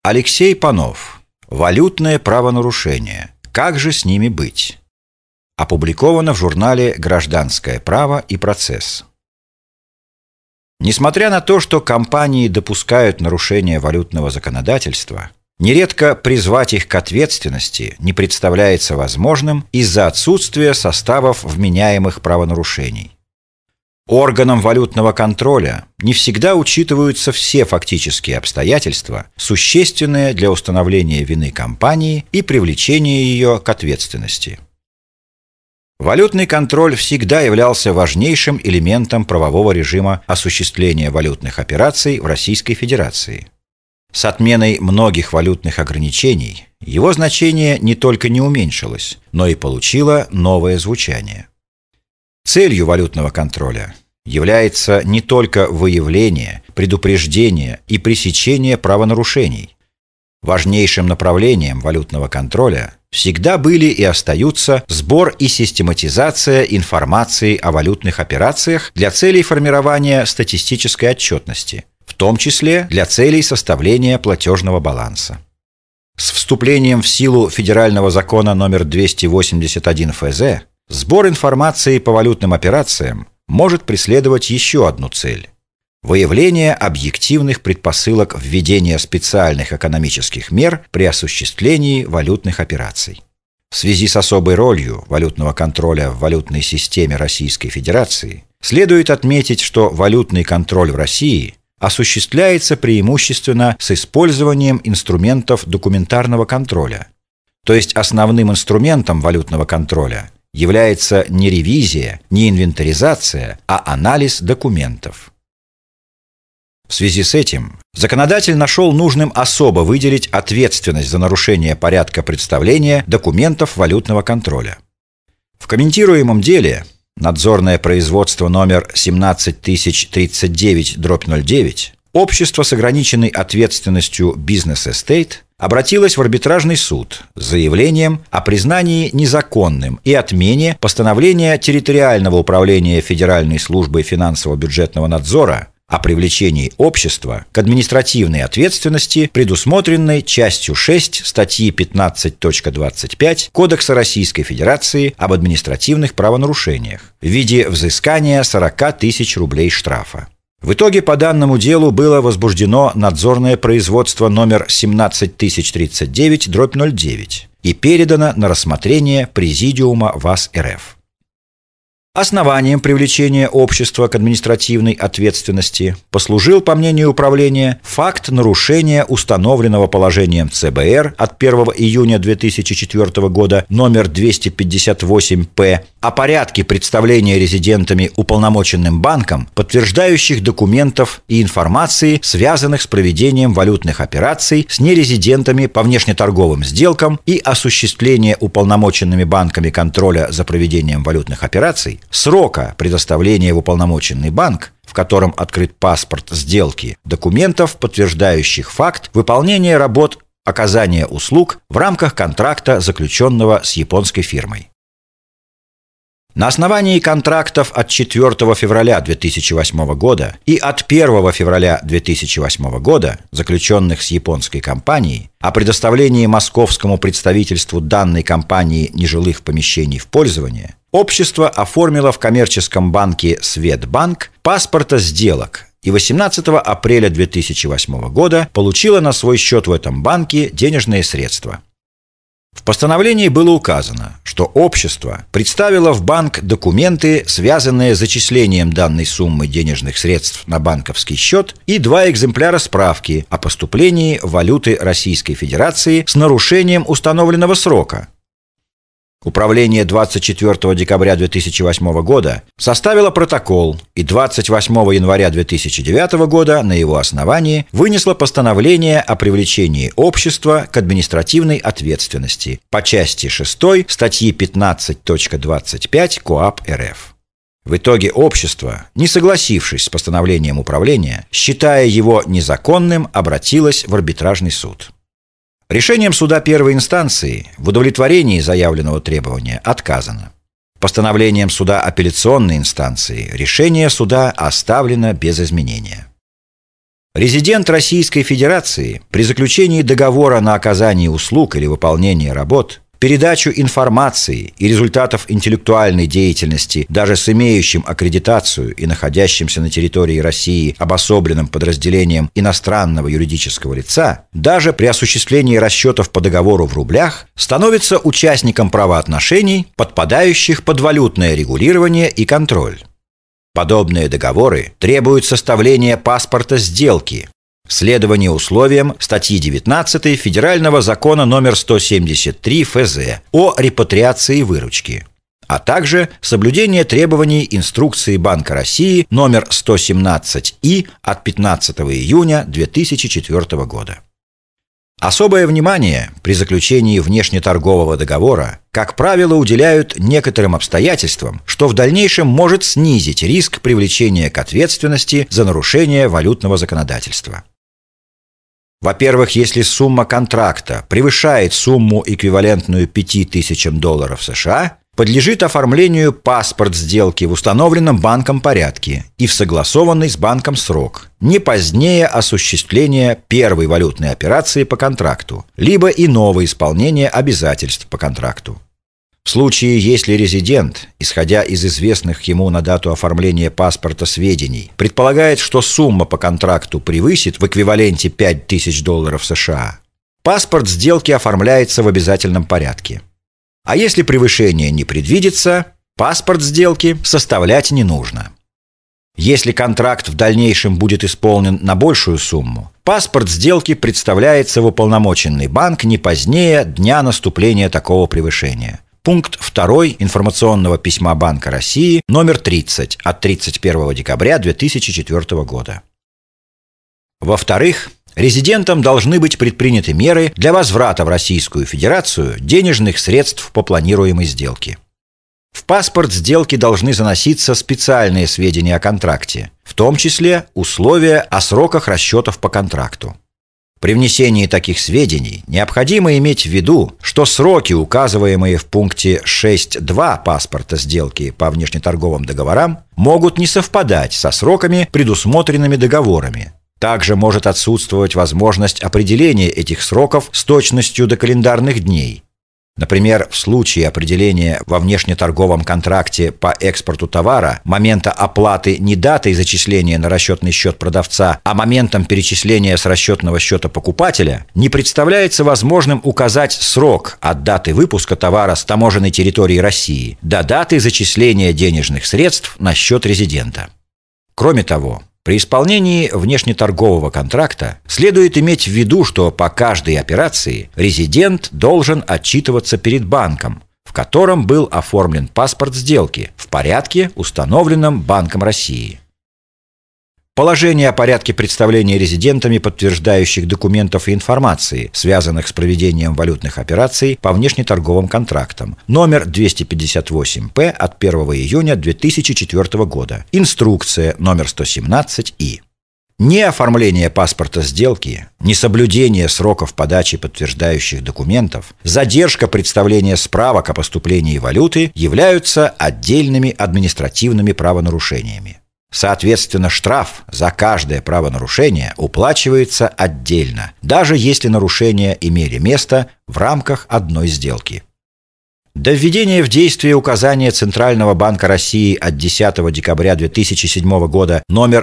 Алексей Панов. Валютное правонарушение. Как же с ними быть? Опубликовано в журнале «Гражданское право и процесс». Несмотря на то, что компании допускают нарушение валютного законодательства, нередко призвать их к ответственности не представляется возможным из-за отсутствия составов вменяемых правонарушений. Органам валютного контроля не всегда учитываются все фактические обстоятельства, существенные для установления вины компании и привлечения ее к ответственности. Валютный контроль всегда являлся важнейшим элементом правового режима осуществления валютных операций в Российской Федерации. С отменой многих валютных ограничений его значение не только не уменьшилось, но и получило новое звучание. Целью валютного контроля является не только выявление, предупреждение и пресечение правонарушений. Важнейшим направлением валютного контроля всегда были и остаются сбор и систематизация информации о валютных операциях для целей формирования статистической отчетности, в том числе для целей составления платежного баланса. С вступлением в силу федерального закона номер 281 ФЗ сбор информации по валютным операциям может преследовать еще одну цель – выявление объективных предпосылок введения специальных экономических мер при осуществлении валютных операций. В связи с особой ролью валютного контроля в валютной системе Российской Федерации следует отметить, что валютный контроль в России осуществляется преимущественно с использованием инструментов документарного контроля, то есть основным инструментом валютного контроля является не ревизия, не инвентаризация, а анализ документов. В связи с этим законодатель нашел нужным особо выделить ответственность за нарушение порядка представления документов валютного контроля. В комментируемом деле надзорное производство номер 17039/09 общество с ограниченной ответственностью «Бизнес Эстейт» обратилось в арбитражный суд с заявлением о признании незаконным и отмене постановления территориального управления Федеральной службы финансово-бюджетного надзора о привлечении общества к административной ответственности, предусмотренной частью 6 статьи 15.25 Кодекса Российской Федерации об административных правонарушениях в виде взыскания 40 тысяч рублей штрафа. В итоге по данному делу было возбуждено надзорное производство номер 17039/09 и передано на рассмотрение Президиума ВАС РФ. Основанием привлечения общества к административной ответственности послужил, по мнению управления, факт нарушения установленного положением ЦБР от 1 июня 2004 года номер 258-П о порядке представления резидентами уполномоченным банком подтверждающих документов и информации, связанных с проведением валютных операций с нерезидентами по внешнеторговым сделкам и осуществления уполномоченными банками контроля за проведением валютных операций, срока предоставления в уполномоченный банк, в котором открыт паспорт сделки, документов, подтверждающих факт выполнения работ оказания услуг в рамках контракта, заключенного с японской фирмой. На основании контрактов от 4 февраля 2008 года и от 1 февраля 2008 года, заключенных с японской компанией, о предоставлении московскому представительству данной компании нежилых помещений в пользование, общество оформило в коммерческом банке «Светбанк» паспорта сделок и 18 апреля 2008 года получило на свой счет в этом банке денежные средства. В постановлении было указано, что общество представило в банк документы, связанные с зачислением данной суммы денежных средств на банковский счет, и 2 экземпляра справки о поступлении валюты Российской Федерации с нарушением установленного срока. Управление 24 декабря 2008 года составило протокол и 28 января 2009 года на его основании вынесло постановление о привлечении общества к административной ответственности по части 6 статьи 15.25 КоАП РФ. В итоге общество, не согласившись с постановлением управления, считая его незаконным, обратилось в арбитражный суд. Решением суда первой инстанции в удовлетворении заявленного требования отказано. Постановлением суда апелляционной инстанции решение суда оставлено без изменения. Резидент Российской Федерации при заключении договора на оказание услуг или выполнение работ, передачу информации и результатов интеллектуальной деятельности даже с имеющим аккредитацию и находящимся на территории России обособленным подразделением иностранного юридического лица, даже при осуществлении расчетов по договору в рублях, становится участником правоотношений, подпадающих под валютное регулирование и контроль. Подобные договоры требуют составления паспорта сделки, следование условиям статьи 19 Федерального закона номер 173 ФЗ о репатриации выручки, а также соблюдение требований инструкции Банка России номер 117И от 15 июня 2004 года. Особое внимание при заключении внешнеторгового договора, как правило, уделяют некоторым обстоятельствам, что в дальнейшем может снизить риск привлечения к ответственности за нарушение валютного законодательства. Во-первых, если сумма контракта превышает сумму, эквивалентную $5000 США, подлежит оформлению паспорт сделки в установленном банком порядке и в согласованный с банком срок, не позднее осуществления первой валютной операции по контракту, либо иного исполнения обязательств по контракту. В случае, если резидент, исходя из известных ему на дату оформления паспорта сведений, предполагает, что сумма по контракту превысит в эквиваленте $5000 США, паспорт сделки оформляется в обязательном порядке. А если превышение не предвидится, паспорт сделки составлять не нужно. Если контракт в дальнейшем будет исполнен на большую сумму, паспорт сделки представляется в уполномоченный банк не позднее дня наступления такого превышения. Пункт 2 информационного письма Банка России номер 30 от 31 декабря 2004 года. Во-вторых, резидентам должны быть предприняты меры для возврата в Российскую Федерацию денежных средств по планируемой сделке. В паспорт сделки должны заноситься специальные сведения о контракте, в том числе условия о сроках расчетов по контракту. При внесении таких сведений необходимо иметь в виду, что сроки, указываемые в пункте 6.2 паспорта сделки по внешнеторговым договорам, могут не совпадать со сроками, предусмотренными договорами. Также может отсутствовать возможность определения этих сроков с точностью до календарных дней. Например, в случае определения во внешнеторговом контракте по экспорту товара момента оплаты не датой зачисления на расчетный счет продавца, а моментом перечисления с расчетного счета покупателя, не представляется возможным указать срок от даты выпуска товара с таможенной территории России до даты зачисления денежных средств на счет резидента. Кроме того, при исполнении внешнеторгового контракта следует иметь в виду, что по каждой операции резидент должен отчитываться перед банком, в котором был оформлен паспорт сделки, в порядке, установленном Банком России. Положение о порядке представления резидентами подтверждающих документов и информации, связанных с проведением валютных операций по внешнеторговым контрактам, номер 258-П от 1 июня 2004 года, инструкция номер 117И. Неоформление паспорта сделки, несоблюдение сроков подачи подтверждающих документов, задержка представления справок о поступлении валюты являются отдельными административными правонарушениями. Соответственно, штраф за каждое правонарушение уплачивается отдельно, даже если нарушения имели место в рамках одной сделки. До введения в действие указания Центрального банка России от 10 декабря 2007 года номер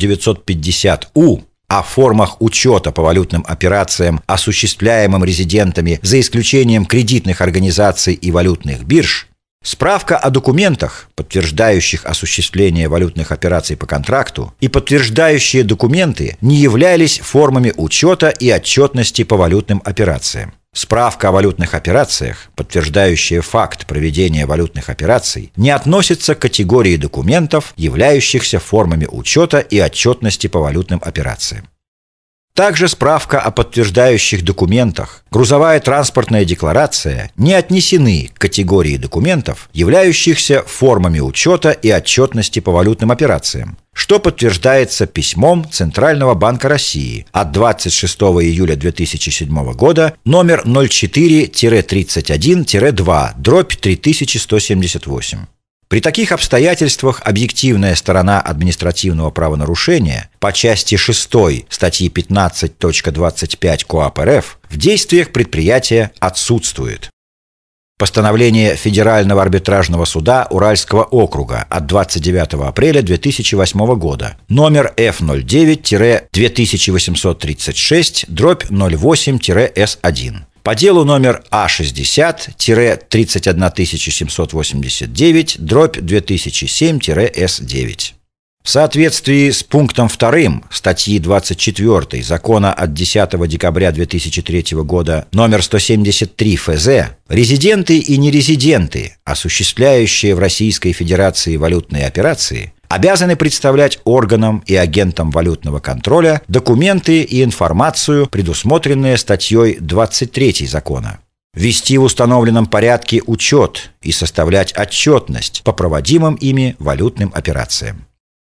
1950-У о формах учета по валютным операциям, осуществляемым резидентами за исключением кредитных организаций и валютных бирж, справка о документах, подтверждающих осуществление валютных операций по контракту, и подтверждающие документы не являлись формами учета и отчетности по валютным операциям. Справка о валютных операциях, подтверждающая факт проведения валютных операций, не относится к категории документов, являющихся формами учета и отчетности по валютным операциям. Также справка о подтверждающих документах, грузовая транспортная декларация не отнесены к категории документов, являющихся формами учета и отчетности по валютным операциям, что подтверждается письмом Центрального банка России от 26 июля 2007 года номер 04-31-2/3178. При таких обстоятельствах объективная сторона административного правонарушения по части 6 статьи 15.25 КоАП РФ в действиях предприятия отсутствует. Постановление Федерального арбитражного суда Уральского округа от 29 апреля 2008 года, номер F09-2836/08-S1. По делу номер А60-31789/2007-S9. В соответствии с пунктом 2 статьи 24 Закона от 10 декабря 2003 года номер 173 ФЗ, резиденты и нерезиденты, осуществляющие в Российской Федерации валютные операции, обязаны представлять органам и агентам валютного контроля документы и информацию, предусмотренные статьей 23 закона, вести в установленном порядке учет и составлять отчетность по проводимым ими валютным операциям.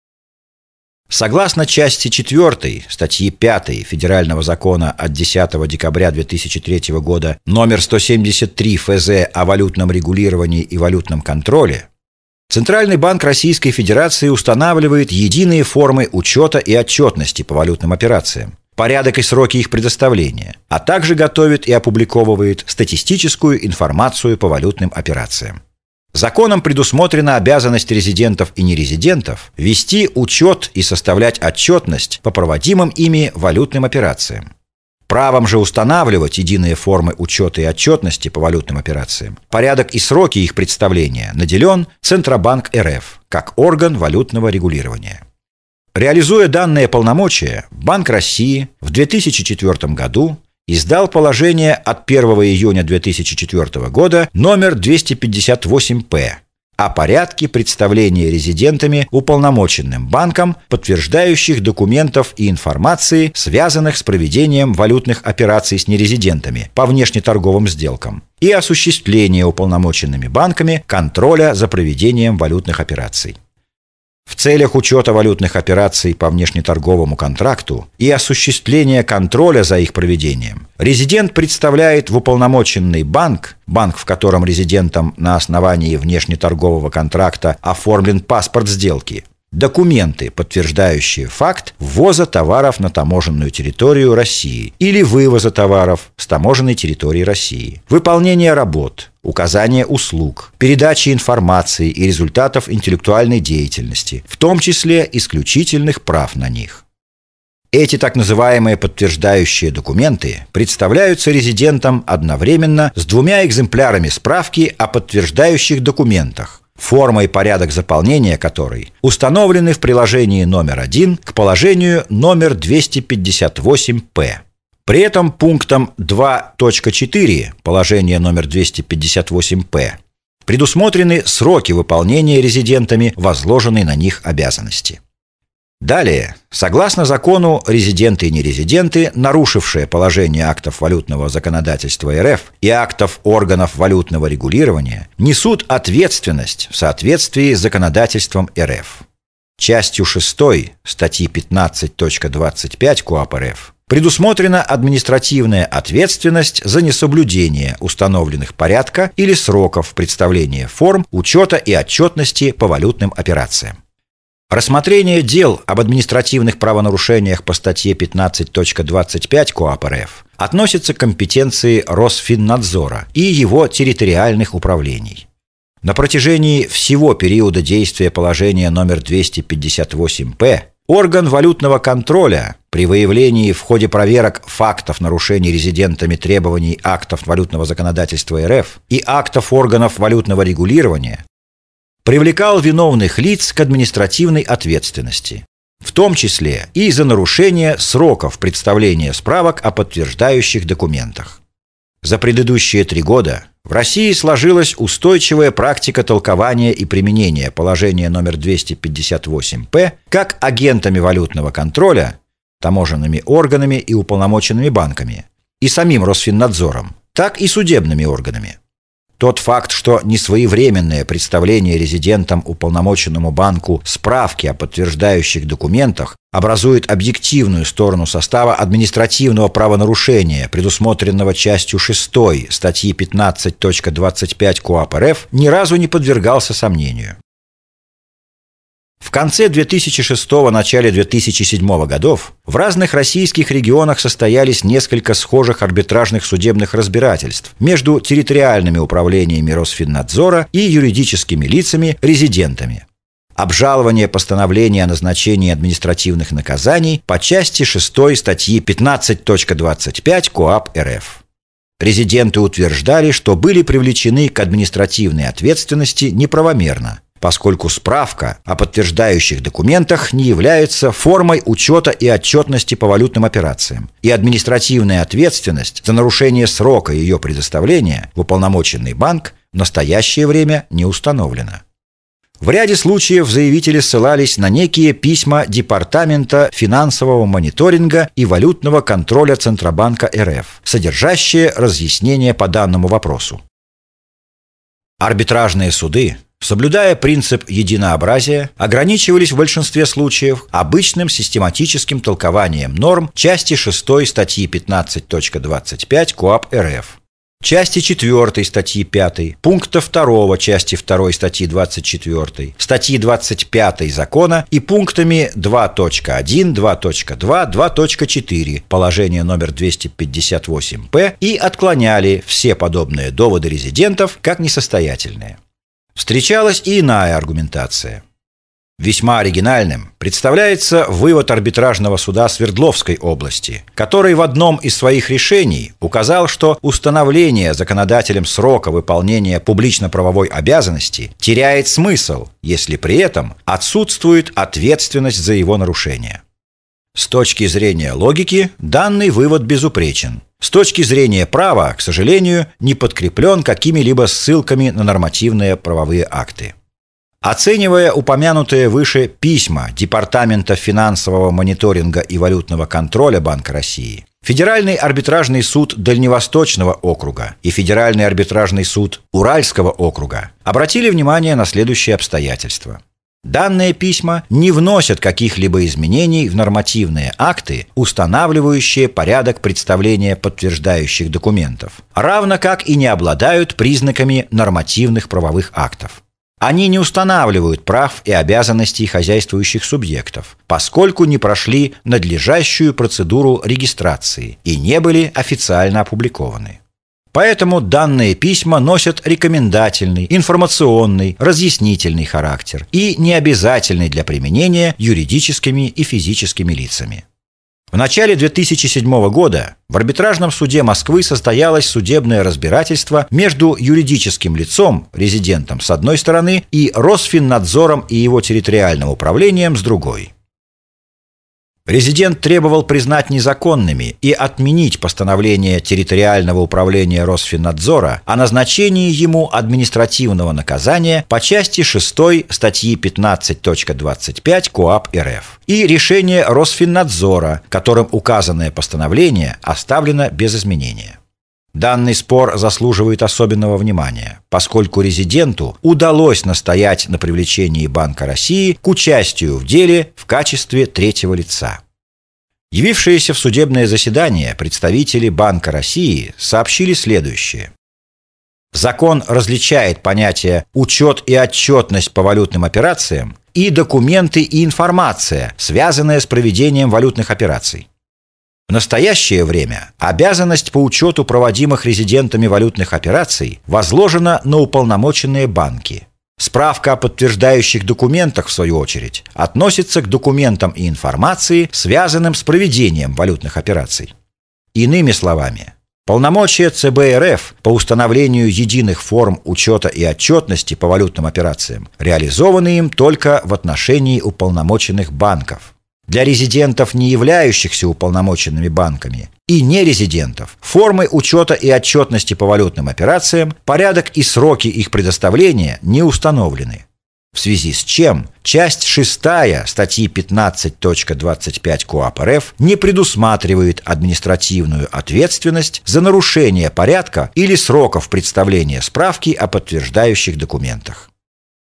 Согласно части 4 статьи 5 Федерального закона от 10 декабря 2003 года номер 173 ФЗ о валютном регулировании и валютном контроле, Центральный банк Российской Федерации устанавливает единые формы учета и отчетности по валютным операциям, порядок и сроки их предоставления, а также готовит и опубликовывает статистическую информацию по валютным операциям. Законом предусмотрена обязанность резидентов и нерезидентов вести учет и составлять отчетность по проводимым ими валютным операциям. Правом же устанавливать единые формы учета и отчетности по валютным операциям, порядок и сроки их представления наделен Центробанк РФ как орган валютного регулирования. Реализуя данные полномочия, Банк России в 2004 году издал положение от 1 июня 2004 года номер 258-П о порядке представления резидентами уполномоченным банком подтверждающих документов и информации, связанных с проведением валютных операций с нерезидентами по внешнеторговым сделкам, и осуществления уполномоченными банками контроля за проведением валютных операций. В целях учета валютных операций по внешнеторговому контракту и осуществления контроля за их проведением резидент представляет в уполномоченный банк, в котором резидентом на основании внешнеторгового контракта оформлен паспорт сделки, документы, подтверждающие факт ввоза товаров на таможенную территорию России или вывоза товаров с таможенной территории России, выполнение работ, указание услуг, передачи информации и результатов интеллектуальной деятельности, в том числе исключительных прав на них. Эти так называемые подтверждающие документы представляются резидентам одновременно с 2 экземплярами справки о подтверждающих документах, форма и порядок заполнения которой установлены в приложении номер 1 к положению номер 258-П. При этом пунктом 2.4 положения номер 258-П предусмотрены сроки выполнения резидентами возложенной на них обязанности. Далее, согласно закону, резиденты и нерезиденты, нарушившие положение актов валютного законодательства РФ и актов органов валютного регулирования, несут ответственность в соответствии с законодательством РФ. Частью 6 статьи 15.25 КоАП РФ предусмотрена административная ответственность за несоблюдение установленных порядка или сроков представления форм учета и отчетности по валютным операциям. Рассмотрение дел об административных правонарушениях по статье 15.25 КоАП РФ относится к компетенции Росфиннадзора и его территориальных управлений. На протяжении всего периода действия положения номер 258-П орган валютного контроля при выявлении в ходе проверок фактов нарушений резидентами требований актов валютного законодательства РФ и актов органов валютного регулирования привлекал виновных лиц к административной ответственности, в том числе и за нарушение сроков представления справок о подтверждающих документах. За предыдущие 3 года в России сложилась устойчивая практика толкования и применения положения номер 258-П как агентами валютного контроля, таможенными органами и уполномоченными банками, и самим Росфиннадзором, так и судебными органами. Тот факт, что несвоевременное представление резидентам уполномоченному банку справки о подтверждающих документах образует объективную сторону состава административного правонарушения, предусмотренного частью 6 статьи 15.25 КоАП РФ, ни разу не подвергался сомнению. В конце 2006 – начале 2007 годов в разных российских регионах состоялись несколько схожих арбитражных судебных разбирательств между территориальными управлениями Росфиннадзора и юридическими лицами-резидентами. Обжалование постановления о назначении административных наказаний по части 6 статьи 15.25 КоАП РФ. Резиденты утверждали, что были привлечены к административной ответственности неправомерно, поскольку справка о подтверждающих документах не является формой учета и отчетности по валютным операциям, и административная ответственность за нарушение срока ее предоставления в уполномоченный банк в настоящее время не установлена. В ряде случаев заявители ссылались на некие письма Департамента финансового мониторинга и валютного контроля Центробанка РФ, содержащие разъяснения по данному вопросу. Арбитражные суды, соблюдая принцип единообразия, ограничивались в большинстве случаев обычным систематическим толкованием норм части 6 статьи 15.25 КоАП РФ, части 4 статьи 5, пункта 2 части 2 статьи 24, статьи 25 закона и пунктами 2.1, 2.2, 2.4 положение номер 258-П и отклоняли все подобные доводы резидентов как несостоятельные. Встречалась и иная аргументация. Весьма оригинальным представляется вывод арбитражного суда Свердловской области, который в одном из своих решений указал, что установление законодателем срока выполнения публично-правовой обязанности теряет смысл, если при этом отсутствует ответственность за его нарушение. С точки зрения логики данный вывод безупречен. С точки зрения права, к сожалению, не подкреплен какими-либо ссылками на нормативные правовые акты. Оценивая упомянутые выше письма Департамента финансового мониторинга и валютного контроля Банка России, Федеральный арбитражный суд Дальневосточного округа и Федеральный арбитражный суд Уральского округа обратили внимание на следующие обстоятельства. Данные письма не вносят каких-либо изменений в нормативные акты, устанавливающие порядок представления подтверждающих документов, равно как и не обладают признаками нормативных правовых актов. Они не устанавливают прав и обязанностей хозяйствующих субъектов, поскольку не прошли надлежащую процедуру регистрации и не были официально опубликованы. Поэтому данные письма носят рекомендательный, информационный, разъяснительный характер и не обязательный для применения юридическими и физическими лицами. В начале 2007 года в арбитражном суде Москвы состоялось судебное разбирательство между юридическим лицом, резидентом с одной стороны, и Росфиннадзором и его территориальным управлением с другой. Резидент требовал признать незаконными и отменить постановление территориального управления Росфиннадзора о назначении ему административного наказания по части 6 статьи 15.25 КоАП РФ и решение Росфиннадзора, которым указанное постановление оставлено без изменения. Данный спор заслуживает особенного внимания, поскольку резиденту удалось настоять на привлечении Банка России к участию в деле в качестве третьего лица. Явившиеся в судебное заседание представители Банка России сообщили следующее. Закон различает понятия «учет и отчетность по валютным операциям» и «документы и информация, связанная с проведением валютных операций». В настоящее время обязанность по учету проводимых резидентами валютных операций возложена на уполномоченные банки. Справка о подтверждающих документах, в свою очередь, относится к документам и информации, связанным с проведением валютных операций. Иными словами, полномочия ЦБ РФ по установлению единых форм учета и отчетности по валютным операциям реализованы им только в отношении уполномоченных банков. Для резидентов, не являющихся уполномоченными банками, и нерезидентов, формы учета и отчетности по валютным операциям, порядок и сроки их предоставления не установлены. В связи с чем часть 6 статьи 15.25 КоАП РФ не предусматривает административную ответственность за нарушение порядка или сроков представления справки о подтверждающих документах.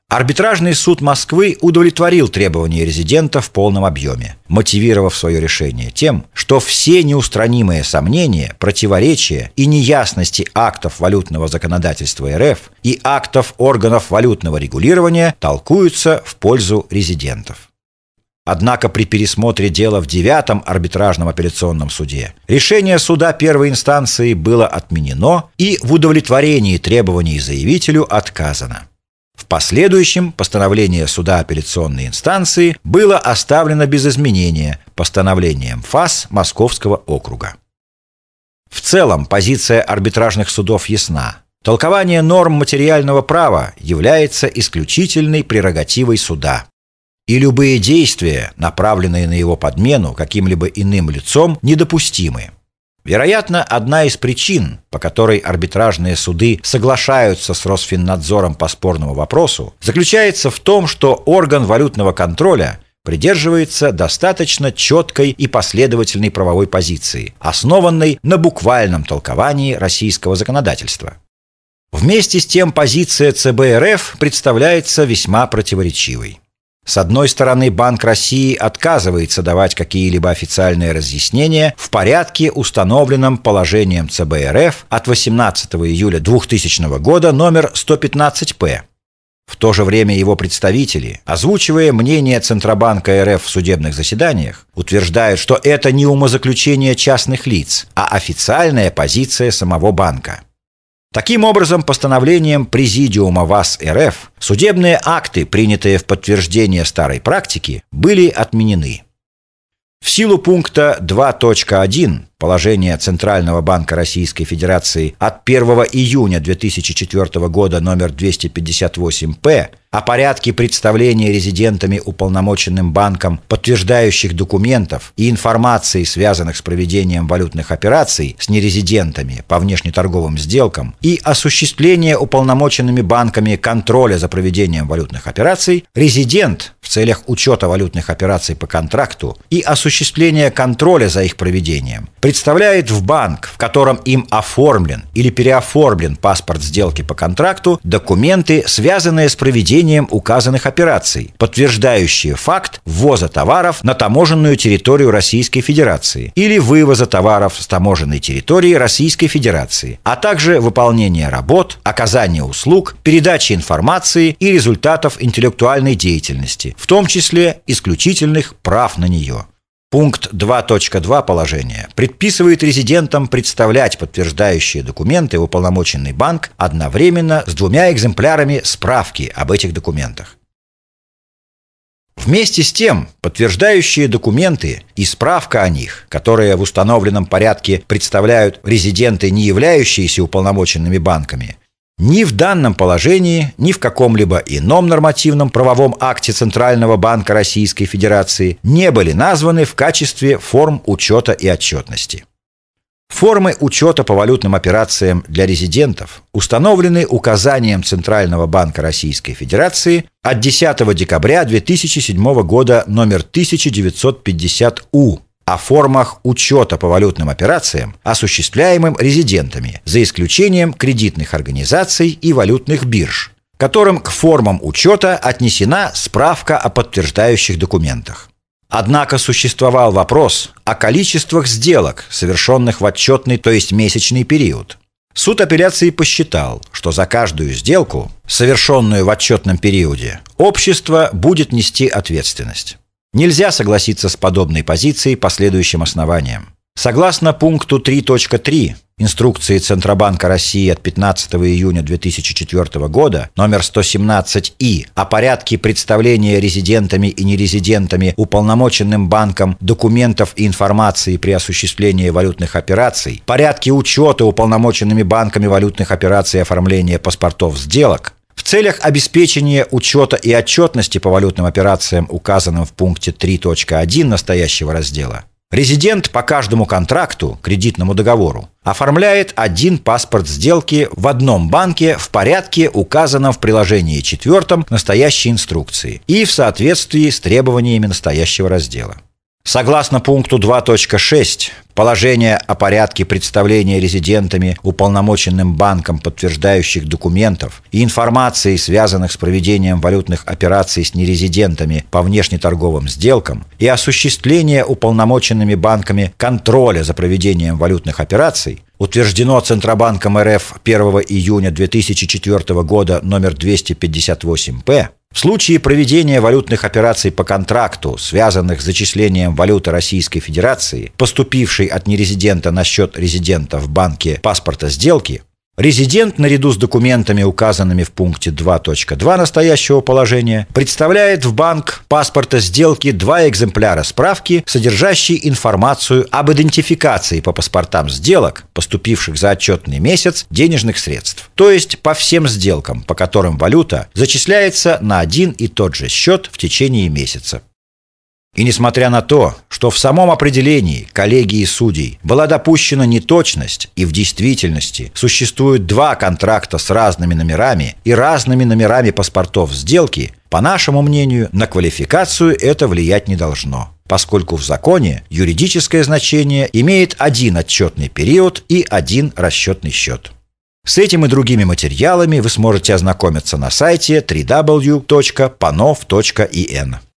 Арбитражный суд Москвы удовлетворил требования резидента в полном объеме, мотивировав свое решение тем, что все неустранимые сомнения, противоречия и неясности актов валютного законодательства РФ и актов органов валютного регулирования толкуются в пользу резидентов. Однако при пересмотре дела в 9-м арбитражном апелляционном суде решение суда первой инстанции было отменено и в удовлетворении требований заявителю отказано. В последующем постановление суда апелляционной инстанции было оставлено без изменения постановлением ФАС Московского округа. В целом позиция арбитражных судов ясна. Толкование норм материального права является исключительной прерогативой суда. И любые действия, направленные на его подмену каким-либо иным лицом, недопустимы. Вероятно, одна из причин, по которой арбитражные суды соглашаются с Росфиннадзором по спорному вопросу, заключается в том, что орган валютного контроля придерживается достаточно четкой и последовательной правовой позиции, основанной на буквальном толковании российского законодательства. Вместе с тем позиция ЦБ РФ представляется весьма противоречивой. С одной стороны, Банк России отказывается давать какие-либо официальные разъяснения в порядке, установленном положением ЦБ РФ от 18 июля 2000 года номер 115-П. В то же время его представители, озвучивая мнение Центробанка РФ в судебных заседаниях, утверждают, что это не умозаключение частных лиц, а официальная позиция самого банка. Таким образом, постановлением Президиума ВАС РФ судебные акты, принятые в подтверждение старой практики, были отменены. В силу пункта 2.1 положения Центрального банка Российской Федерации от 1 июня 2004 года номер 258-П о порядке представления резидентами уполномоченным банком подтверждающих документов и информации, связанных с проведением валютных операций с нерезидентами по внешнеторговым сделкам, и осуществления уполномоченными банками контроля за проведением валютных операций, резидент в целях учета валютных операций по контракту и осуществления контроля за их проведением представляет в банк, в котором им оформлен или переоформлен паспорт сделки по контракту, документы, связанные с проведением указанных операций, подтверждающие факт ввоза товаров на таможенную территорию Российской Федерации или вывоза товаров с таможенной территории Российской Федерации, а также выполнение работ, оказание услуг, передачи информации и результатов интеллектуальной деятельности, в том числе исключительных прав на нее. Пункт 2.2 положения предписывает резидентам представлять подтверждающие документы в уполномоченный банк одновременно с 2 экземплярами справки об этих документах. Вместе с тем, подтверждающие документы и справка о них, которые в установленном порядке представляют резиденты, не являющиеся уполномоченными банками, ни в данном положении, ни в каком-либо ином нормативном правовом акте Центрального банка Российской Федерации не были названы в качестве форм учета и отчетности. Формы учета по валютным операциям для резидентов установлены указанием Центрального банка Российской Федерации от 10 декабря 2007 года номер 1950-У о формах учета по валютным операциям, осуществляемым резидентами, за исключением кредитных организаций и валютных бирж, которым к формам учета отнесена справка о подтверждающих документах. Однако существовал вопрос о количествах сделок, совершенных в отчетный, то есть месячный период. Суд апелляции посчитал, что за каждую сделку, совершенную в отчетном периоде, общество будет нести ответственность. Нельзя согласиться с подобной позицией по следующим основаниям. Согласно пункту 3.3 инструкции Центробанка России от 15 июня 2004 года номер 117-И о порядке представления резидентами и нерезидентами уполномоченным банком документов и информации при осуществлении валютных операций, порядке учета уполномоченными банками валютных операций и оформления паспортов сделок, в целях обеспечения учета и отчетности по валютным операциям, указанным в пункте 3.1 настоящего раздела, резидент по каждому контракту, кредитному договору, оформляет один паспорт сделки в одном банке в порядке, указанном в приложении 4 настоящей инструкции и в соответствии с требованиями настоящего раздела. Согласно пункту 2.6 положения о порядке представления резидентами уполномоченным банком подтверждающих документов и информации, связанных с проведением валютных операций с нерезидентами по внешнеторговым сделкам, и осуществления уполномоченными банками контроля за проведением валютных операций, утверждено Центробанком РФ 1 июня 2004 года номер 258-П, в случае проведения валютных операций по контракту, связанных с зачислением валюты Российской Федерации, поступившей от нерезидента на счет резидента в банке паспорта сделки, резидент, наряду с документами, указанными в пункте 2.2 настоящего положения, представляет в банк паспорта сделки 2 экземпляра справки, содержащие информацию об идентификации по паспортам сделок, поступивших за отчетный месяц, денежных средств, то есть по всем сделкам, по которым валюта зачисляется на один и тот же счет в течение месяца. И несмотря на то, что в самом определении коллегии судей была допущена неточность, и в действительности существуют 2 контракта с разными номерами и разными номерами паспортов сделки, по нашему мнению, на квалификацию это влиять не должно, поскольку в законе юридическое значение имеет один отчетный период и один расчетный счет. С этим и другими материалами вы сможете ознакомиться на сайте www.panov.in.